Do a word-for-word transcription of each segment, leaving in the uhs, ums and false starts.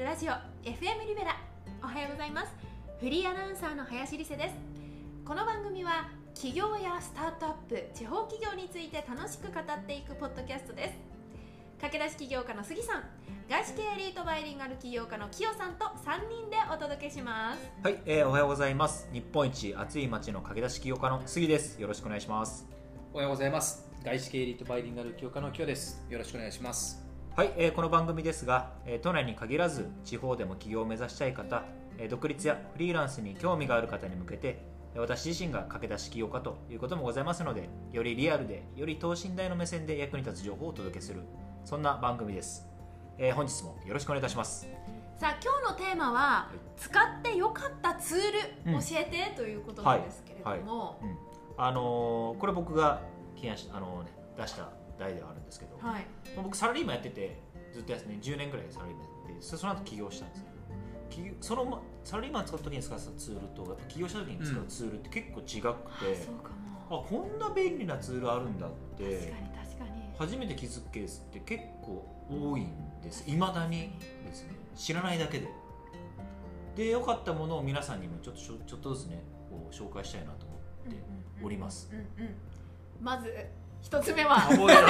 ラジオ エフエム リベラ。おはようございます。フリーアナウンサーの林理瀬です。この番組は起業やスタートアップ、地方企業について楽しく語っていくポッドキャストです。駆け出し起業家の杉さん、外資系エリートバイリンガル起業家のキヨさんとさんにんでお届けします。 はい、えー、おはようございます。日本一暑い町の駆け出し起業家の杉です。よろしくお願いします。 おはようございます。外資系エリートバイリンガル起業家のキヨです。よろしくお願いします。 はい、えー、この番組ですが、えー、都内に限らず地方でも起業を目指したい方、えー、独立やフリーランスに興味がある方に向けて、私自身が駆け出し起業家ということもございますので、よりリアルでより等身大の目線で役に立つ情報をお届けする、そんな番組です。えー、本日もよろしくお願いいたします。 さあ、今日のテーマは、はい、使ってよかったツール、うん、教えてということなんですけれども、 はいはい、うん、あのー、これ僕が提案し、あのーね、出した題ではあるんですけど、はい、僕サラリーマンやっててずっとやってね、じゅうねんぐらいサラリーマンやってて、その後起業したんですけど、そのサラリーマン使う時に使ったツールと起業した時に使うツールって結構違くて、うん、あ, そうかもあこんな便利なツールあるんだって確かに確かに初めて気づくケースって結構多いんです。未だにですね、知らないだけでで良かったものを皆さんにもちょっとちょっとずつねこう紹介したいなと思っております。 まず一つ目は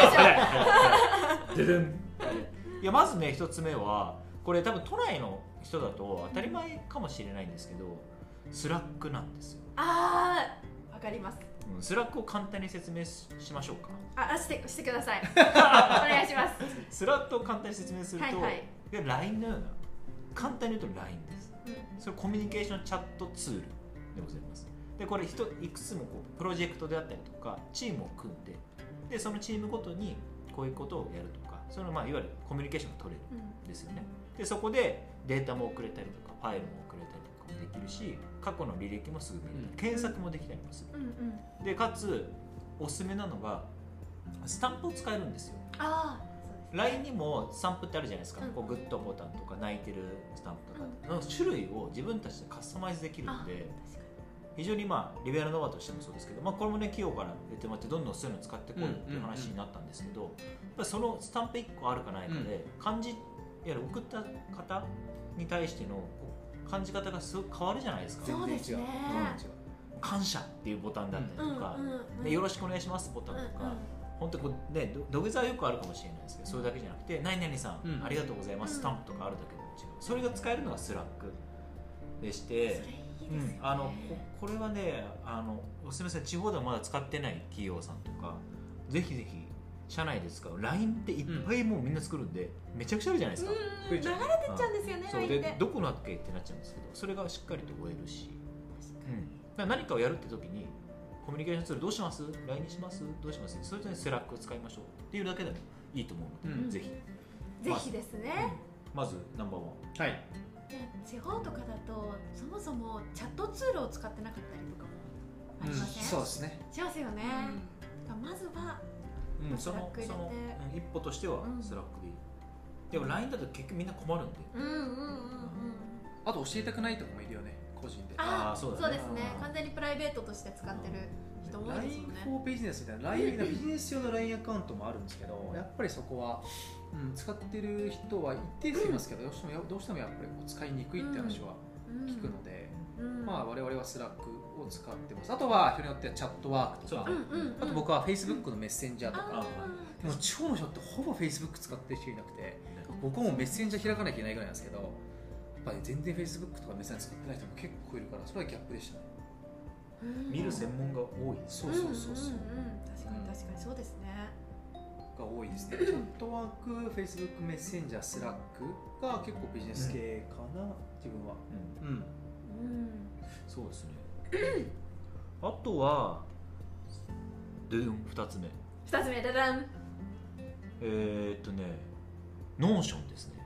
いやまずね一つ目はこれ多分都内の人だと当たり前かもしれないんですけど、スラックなんですよ。 あー、わかります。 うん、スラックを簡単に説明 し, しましょうか。 あ、してしてください。お願いします。 スラックを簡単に説明すると、はいはい、ライン のような簡単に言うと ライン です、うん、それコミュニケーションチャットツールでございます。でこれいくつもこうプロジェクトであったりとかチームを組んで、でそのチームごとにこういうことをやるとか、そのまあいわゆるコミュニケーションが取れるんですよね、うん、でそこでデータも送れたりとかファイルも送れたりとかもできるし、過去の履歴もすぐ見れたり、うん、検索もできたりもする、うんうん、でかつおすすめなのがスタンプを使えるんですよ。あー、ライン にもスタンプってあるじゃないですか、うん、こうグッドボタンとか泣いてるスタンプとかの種類を自分たちでカスタマイズできるので、非常にまあリベラルノバとしてもそうですけど、まあ、これもね企業から言ってもらってどんどんそういうのを使ってこいっていう話になったんですけど、やっぱりそのスタンプいっこあるかないかで漢字、いわゆる送った方に対しての感じ方がすごく変わるじゃないですか。 そうですね、 うん、感謝っていうボタンだったりとか、うんうんうん、でよろしくお願いしますボタンとか、うんうん、本当にこうね土下座はよくあるかもしれないですけど、それだけじゃなくて何々さん、うん、ありがとうございます、うん、スタンプとかあるだけでも違う、それが使えるのがスラックでして、うん、あの こ, これはねあのおすみません、地方ではまだ使ってない企業さんとかぜひぜひ社内で使う ライン っていっぱいもうみんな作るんで、うん、めちゃくちゃあるじゃないですか。 うん、流れてっちゃうんですよね。 そうでどこのっけってなっちゃうんですけど、それがしっかりと追えるし、うん、だから何かをやるって時にコミュニケーションツールどうします ライン にしますどうしますそれとねスラックを使いましょうっていうだけでもいいと思うので、うん、ぜひぜひですね、 まず、うん、まずナンバーワン、はい、 地方とかだとそもそもチャットツールを使ってなかったりとかもありません、うん、 そうですね、 しますよね、うん、まずは、 うん、そのその、うん、一歩としてはスラックでいい、うん、でも ライン だと結局みんな困るんで、うんうんうんうん、 あと教えたくないとかもいるよね、個人で。 ああ、そうだね、そうですね、完全にプライベートとして使ってる人多いですよね。 ライン フォー ビジネスみたいな ライン ビジネス用の ライン アカウントもあるんですけど、やっぱりそこは、うん、使ってる人は一定数いますけど、うん、どうしてもどうしてもやっぱり使いにくいって話は聞くので、うんうん、まあ我々はスラックを使ってます。あとは人によってはチャットワークとか、うんうんうん、あと僕は Facebook のメッセンジャーとか、うん、でも地方の人ってほぼ Facebook 使ってる人いなくて、僕もメッセンジャー開かなきゃいけないぐらいなんですけど、やっぱり全然 Facebook とかメッセンジャー使ってない人も結構いるから、それはギャップでしたね。 見る専門が多いですね。そうそうそうそう、 うんうんうん、確かに確かにそうですね、 が多いですね。チャットワーク、Facebook メッセンジャー、スラックが結構ビジネス系かな、うん、自分は、うんうんうん、 そうですね。あとはでふたつめふたつめダダン、 えー、っとねノーションですね。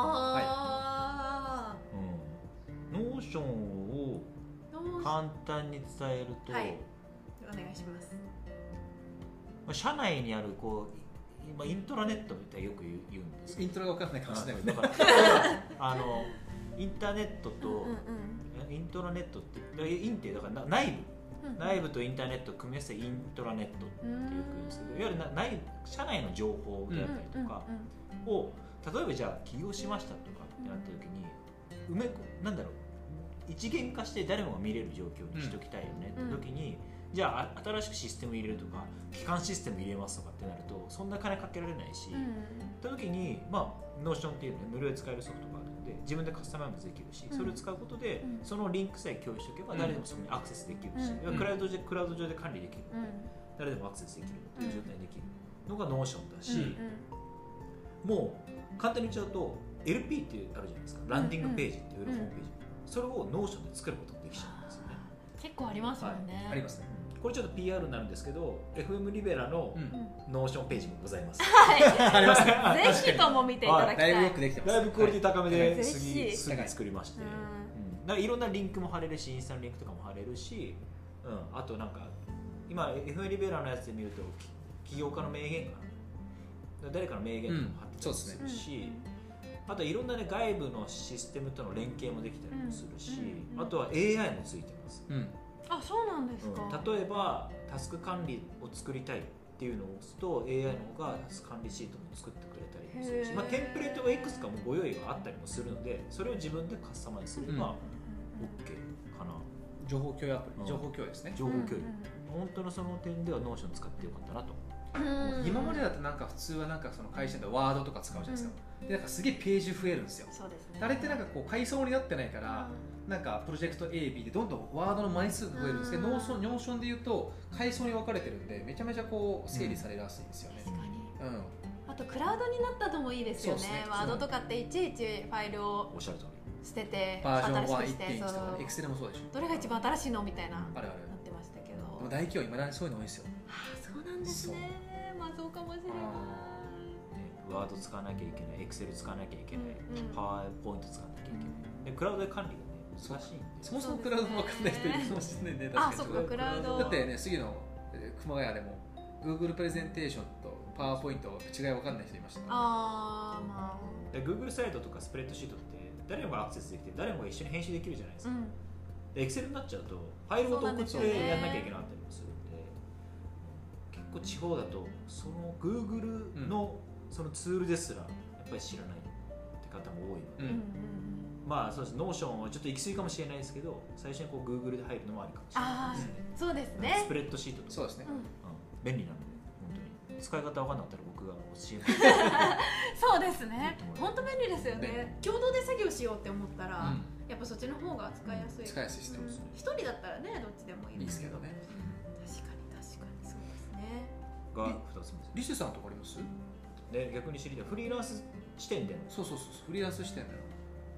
ああ、 はい、うん、ノーションを簡単に伝えると、はい、 お願いします。 社内にあるこう今イントラネットみたいによく言うんですけど、 イントラが分からないかもしれないけど、 あのインターネットと、うんうんうん、イントラネットってインってだから内部、うんうん、内部とインターネットを組み合わせてイントラネットっていうんですけど、いわゆる内部社内の情報であったりとかを例えばじゃあ起業しましたとかってなった時に、うん、埋めなんだろう一元化して誰もが見れる状況にしておきたいよねって時に、うん、じゃあ新しくシステム入れるとか基幹システム入れますとかってなるとそんな金かけられないし、うん、って時にまあノーションっていうね無料で使えるソフトがあるので自分でカスタマイズできるし、うん、それを使うことで、うん、そのリンクさえ共有しておけば誰でもそこにアクセスできるし、うん、クラウドでクラウド上で管理できるので、うん、誰でもアクセスできるっていう状態にできるのがノーションだし、うんうん、もう簡単に言っちゃうと エルピー ってあるじゃないですか、ランディングページっていうホームページ、それをノーションで作ることができちゃうんですよね。 結構ありますもんね、 はい、ありますね。 これちょっと ピーアール になるんですけど エフエム リベラのノーションページもございます、 はいありますねぜひとも見ていただきたい、 はい、だいぶよくできてます。 だいぶクオリティ高めで、 はい、 次すぐ作りまして、うん、だからいろんなリンクも貼れるしインスタのリンクとかも貼れるし、うん、あとなんか今 エフエム リベラのやつで見ると起業家の名言かな、誰かの名言とかも貼ってたりするし、うん、あといろんな、ね、外部のシステムとの連携もできたりもするし、うんうん、あとは エーアイ もついてます、うん、 あ、そうなんですか、 うん、例えばタスク管理を作りたいっていうのを押すと エーアイ の方がタスク管理シートも作ってくれたりもするし、まあ、テンプレートがいくつかもご用意があったりもするのでそれを自分でカスタマイズすれば OK かな、 うん、情報共有アプリ、情報共有ですね、 情報共有、うんうん、本当のその点ではノーション使ってよかったなと。 今までだとなんか普通はなんかその会社でワードとか使うじゃないですか、うん、でなんかすげえページ増えるんですよ。 そうですね、 あれってなんかこう階層になってないから、うん、なんかプロジェクト エービー でどんどんワードの枚数が増えるんですけど、ノーション、ノーションで言うと階層に分かれてるんでめちゃめちゃこう整理されやすいんですよね、 うん、確かに、 うん、 あとクラウドになったのもいいですよ ね, ねワードとかっていちいちファイルをおっしゃる通り捨ててバージョン新しくして、 いってんいちとかエクセルもそうでしょ、 どれが一番新しいのみたいなあるあるなってましたけど、 でも大企業今だにそういうの多いですよ。 はあ、そうなんですね。まあそうかもしれない。 ワード使わなきゃいけない、エクセル使わなきゃいけない、 うんうん、 パワーポイント使わなきゃいけない、うん、でクラウドで管理がね難しいんで、 そもそもクラウドも分かんない人いるかもしれないね。 あ、そっか、クラウドだってね、次の熊谷でも Google プレゼンテーションとパワーポイント違い分かんない人いました、ね、 あー、まあで Google サイトとかスプレッドシートって誰もがアクセスできて誰もが一緒に編集できるじゃないですか、うん、で Excel になっちゃうとファイルごと送ってやんなきゃいけなかったりもするんで、結構地方だとその Google のそのツールですらやっぱり知らないって方も多いので、うんうん、まあそうです、ノーションはちょっと行き過ぎかもしれないですけど最初にこう Google で入るのもありかもしれないですね。 あ、そうですね、 スプレッドシートとかそうですね、 うん、便利なので本当に使い方分かんなかったら僕が教えますそうですね、本当便利ですよね。共同で作業しようって思ったら、うん、やっぱそっちの方が使いやすい、 使いやすいですね、 一人だったらねどっちでもいいですけどね、確かに確かにそうですね。 がふたつめです。 リセさんとかあります？ で逆に知りたいフリーランス視点での、 そうそうそう、フリーランス視点での、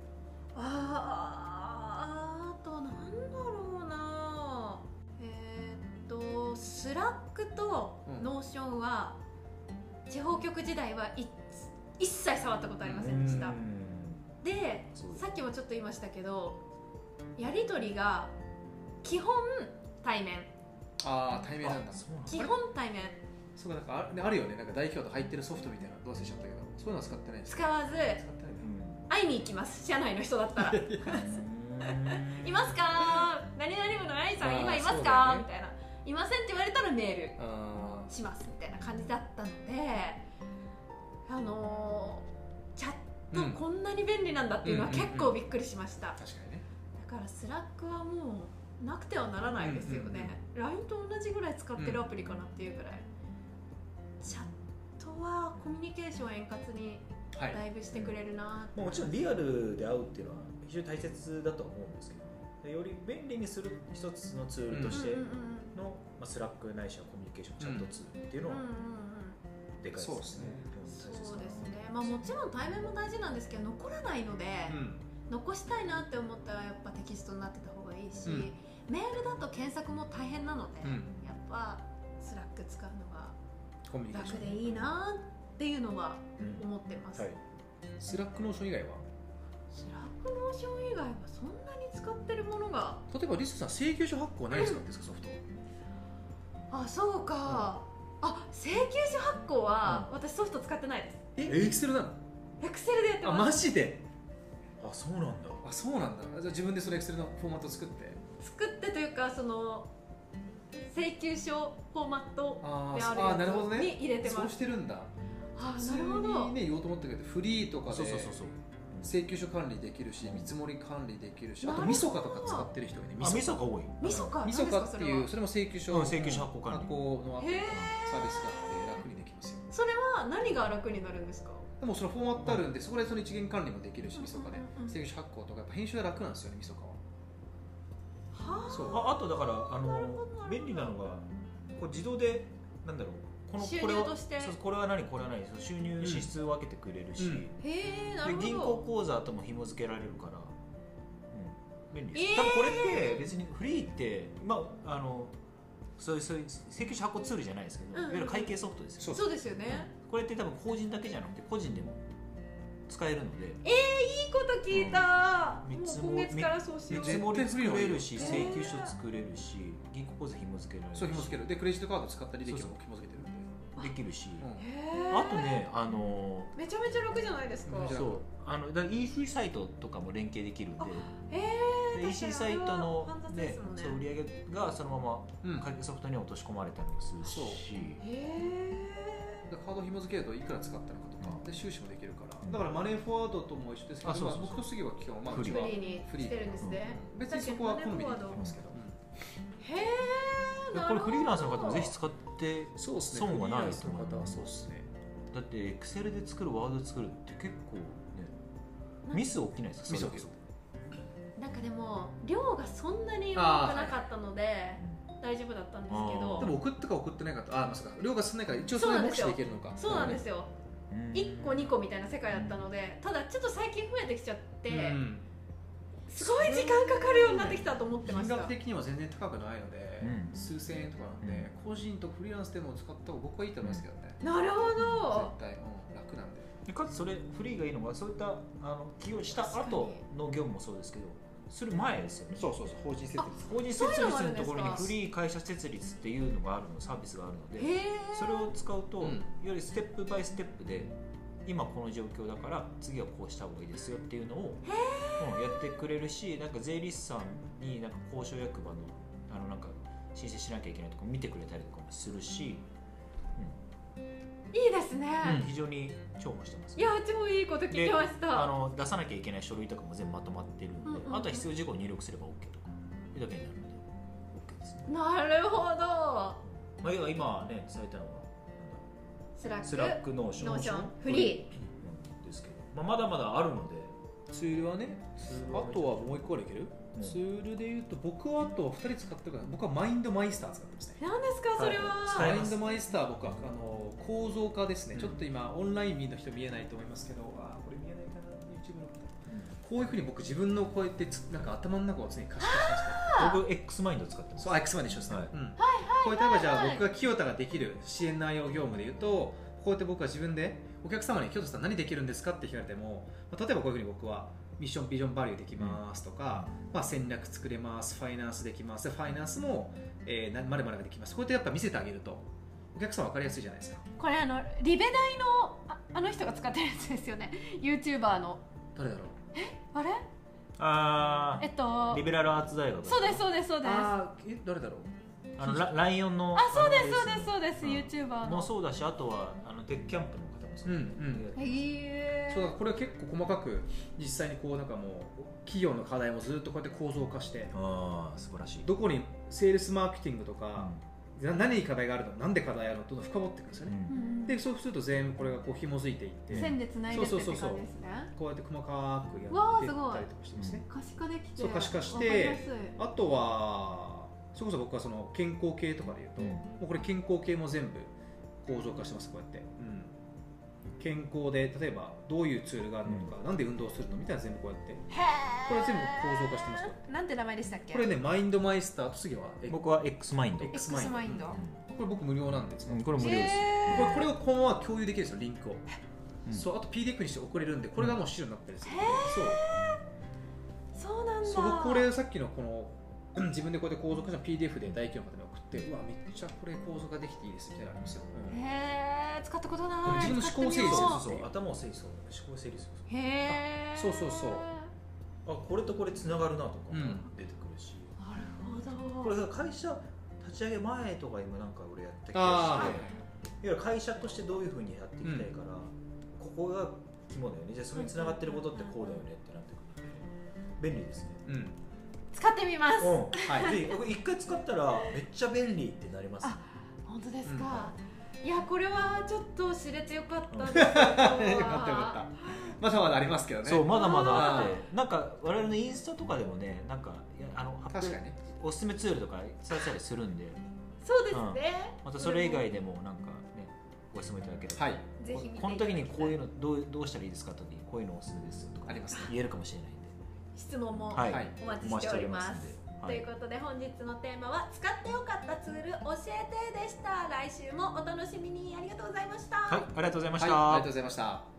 あー、あとなんだろうな、えー、っとスラックとノーションは、うん、地方局時代はい一切触ったことありませんでした。で、さっきもちょっと言いましたけどやり取りが基本対面。 ああ、対面なんだ。 基本対面。 そうか、なんか あ, あるよね、なんか代表と入ってるソフトみたいなどうせしちゃったけど、そういうのは使ってないですか？ 使わず、使ってない、会いに行きます、社内の人だったらいますか、何々部の愛さん今いますか、ね、みたいな、いませんって言われたらメールしますみたいな感じだったので、あのー、チャットこんなに便利なんだっていうのは結構びっくりしました。 確かにね。 だからスラックはもうなくてはならないですよね、うんうんうん、ライン と同じぐらい使ってるアプリかなっていうぐらい、うん、チャットはコミュニケーションを円滑にだいぶしてくれるなって、 はい、もちろんリアルで会うっていうのは非常に大切だと思うんですけど、より便利にする一つのツールとしての、うんうんうんまあ、スラックないしはコミュニケーションチャットツールっていうのはでかいですね。 そうですね。 そうですね、まあ、もちろん対面も大事なんですけど残らないので、うん残したいなって思ったらやっぱテキストになってた方がいいし、うん、メールだと検索も大変なので、うん、やっぱスラック使うのが楽でいいなっていうのは思ってます、うんはい、 スラックノーション以外はスラックノーション以外はそんなに使ってるものが、 例えばリスさん請求書発行は何使うんですか、ソフト。 あ、そうか、うん、あ、請求書発行は、うん、私ソフト使ってないです。 え、エクセルなの？ エクセルでやってます。 あ、マジで？ あ、そうなんだ。 あ、そうなんだ。じゃあ自分でそれエクセルのフォーマット作って作ってというか、その請求書フォーマットであるやつに入れてます。 そうしてるんだ。 あなるほど。 普通にね言おうと思ったけどフリーとかでそうそうそうそう請求書管理できるし見積もり管理できるし、あとみそかとか使ってる人がね、 あ味噌が多いみそかみそかっていうそれも請求書、 うん請求書発行管理発行の後へーサービスがあって楽にできますよ。 それは何が楽になるんですか？ でもそのフォーマットあるんで、そこでその一元管理もできるし、みそかでうんうんうん請求書発行とかやっぱ編集が楽なんですよね、みそかは。 はあそうああとだからあのなるほどなるほど便利なのがこう自動でなんだろうこの収入これはとしてそうこれは何これは何そう収入支出を分けてくれるし、 うんへえなるほど。 で銀行口座とも紐付けられるから、うん、便利です、 えー多分これって別にフリーってまああのそういうそういう請求書発行ツールじゃないですけど、 うんうんうんいわゆる会計ソフトですよ、 そうですよね。 これって多分法人だけじゃなくて個人でも使えるのでいいこと聞いた。 うんもう今月からそうしよう。 見積もり作れるし絶対請求書作れるし銀行口座紐付けられるしそう紐付ける。でクレジットカード使った履歴も紐付けてるんで。 できるし、 うんへーあとねあのめちゃめちゃ楽じゃないですか。 めちゃそうあのだ イーシー サイトとかも連携できるんでへえ。 で イーシー サイトの、 煩雑ねですもんね。 そう売り上げがそのまうんま会計ソフトに落とし込まれたりもするし、 そうへえ。 でカード紐付けるといくら使ったのかとか、 うんで収支もできるから、だからマネーフォワードとも一緒ですけど、 あそうそうそう僕と杉は基本まあフリーうちはフリーにしてるんですね。 うん別にそこは好みでできますけど、 へえ。 でこれフリーランスの方もぜひ使ってそうですね。 損はないとフリーランスの方はそうですね。 だって Excel で作るワードで作るって結構ねミス起きないですか？ ミスそれだけどなんかでも量がそんなに多くなかったので大丈夫だったんですけど。 でも送ったか送ってないかと、ああ、まさか量が少ないから一応それで目視できるのか。 そうなんですよ。 うんいっこにこみたいな世界だったので、ただちょっと最近増えてきちゃって、 うんすごい時間かかるようになってきたと思ってました。 金額的には全然高くないので、 うん数千円とかなんで、個人とフリーランスでも使った方が僕はいいと思いますけどね。 なるほど。 絶対、うん、楽なんで。 でかつそれフリーがいいのがそういったあの起業した後の業務もそうですけどする前ですよね。 そうそうそう、法人設立。 法人設そういうのもあ立のるんですかところにフリー会社設立っていうのがあるのサービスがあるのでへえ。 それを使うと、 うんいわゆるステップバイステップで今この状況だから次はこうした方がいいですよっていうのを、うん、やってくれるしなんか税理士さんになんか交渉役場のあのなんか申請しなきゃいけないとこ見てくれたりとかもするし、 いいですね。 うん、非常に重宝してます、 いや超いいこと聞きました。 あの出さなきゃいけない書類とかも全部まとまってるので、 うんうんうんあとは必要事項を入力すれば OK とかいうだけになるので OK ですね。 なるほど。 まあ、要は今ね伝えたのはスラック、 スラックノーションノーション、フリうんですけど、まあ、まだまだあるのでツールはね、あとはもう一個あるいける、 うんツールでいうと僕はあとふたり使ってるから、僕はマインドマイスター使ってますね。 ー。何ですかそれは。 はいマインドマイスター僕はあの構造化ですね、 うんちょっと今オンライン見の人見えないと思いますけど、あこれ見えないかな YouTube の方、こういうふうに僕自分のこうやってつなんか頭の中を常に可視化しま僕 X マインド使ってます。 すそう X マインド一緒ですね、 はいうんこういった例えばじゃあ僕が清田ができる支援内容業務でいうと、こうやって僕は自分でお客様に清田さん何できるんですかって聞かれても、まあ例えばこういうふうに僕はミッションビジョンバリューできますとか、まあ、戦略作れます、ファイナンスできます、ファイナンスも、えー、まるまるができます、こうやってやっぱ見せてあげるとお客さん分かりやすいじゃないですか。 これあのリベ大の あ, あの人が使ってるやつですよね。YouTuber の誰だろう。 あれ？ あえっとリベラルアーツ大学そうですそうですそうです。ああーえ誰だろう。 あのラライオンのそうですあのそうですそうです、 うん YouTuber の。 もそうだしあとはあのテックキャンプの方もそう、 うんうんやへえ。 そうだからこれは結構細かく実際にこうなんかもう企業の課題もずっとこうやって構造化してああ素晴らしい。 どこにセールスマーケティングとか、な何に課題があるのなんで課題あるのとどんどん深掘っていくんですよね、 うんうんでそうすると全部これがこう紐づいていって、 線でつないでってって感じそうそうそうそうですね。 こうやって細かくやわあっていすごいったりとかしてですね、 可視化できてそう可視化してわかりやすい。 あとはそれこそ僕はその健康系とかでいうと、 うんもうこれ健康系も全部構造化してますこうやって、うん、健康で例えばどういうツールがあるのとか、なんで運動するのみたいな全部こうやってへこれ全部構造化してますよ。 なんて名前でしたっけ？ これねマインドマイスターと次はえ僕は X マインド、 X X マインド。 これ僕無料なんですよ、 うんこれ無料です、 へーこれこれをこのまま共有できるんですよリンクを、 うんそうあと ピーディーエフ にして送れるんでこれがもう資料になってるんですよ、そうそうなんだ。 そうこれさっきのこのうん自分でこうやって構造化した ピーディーエフ で大企業の方に送ってうわめっちゃこれ構造化できていいですみたいなのありますよ、うんへえ、使ったことない。 自分の思考整理使ってみようするそうそう頭を整理する思考整理するへえ。 そうそうそうあこれとこれつながるなとかうん出てくるし、 なるほど。 これさ会社立ち上げ前とか今なんか俺やった気あがしてゆる会社としてどういうふうにやっていきたいから、うん、ここが肝だよね、じゃあそれに繋がってることってこうだよねってなってくるので便利ですね、うん、 使ってみます、 うんはい、で一回使ったらめっちゃ便利ってなります、ね、 あ本当ですか、うん、いやこれはちょっと知れてよかったですよかったよかったまだまだありますけどね。 そうまだまだあって、なんか我々のインスタとかでもね、なんかあの確かにおすすめツールとか伝えたりするんで、 そうですね、 うん、またそれ以外でもなんかねご質問いただければ、はい、 ぜひ見ていただきたい。 この時にこういうのどうどうしたらいいですかとかこういうのおすすめですとかあります、ね、 言えるかもしれないんで質問もお待ちしております、はい、ということで本日のテーマは使ってよかったツール教えてでした。来週もお楽しみに。ありがとうございました。 はい、ありがとうございました、 はい、ありがとうございました。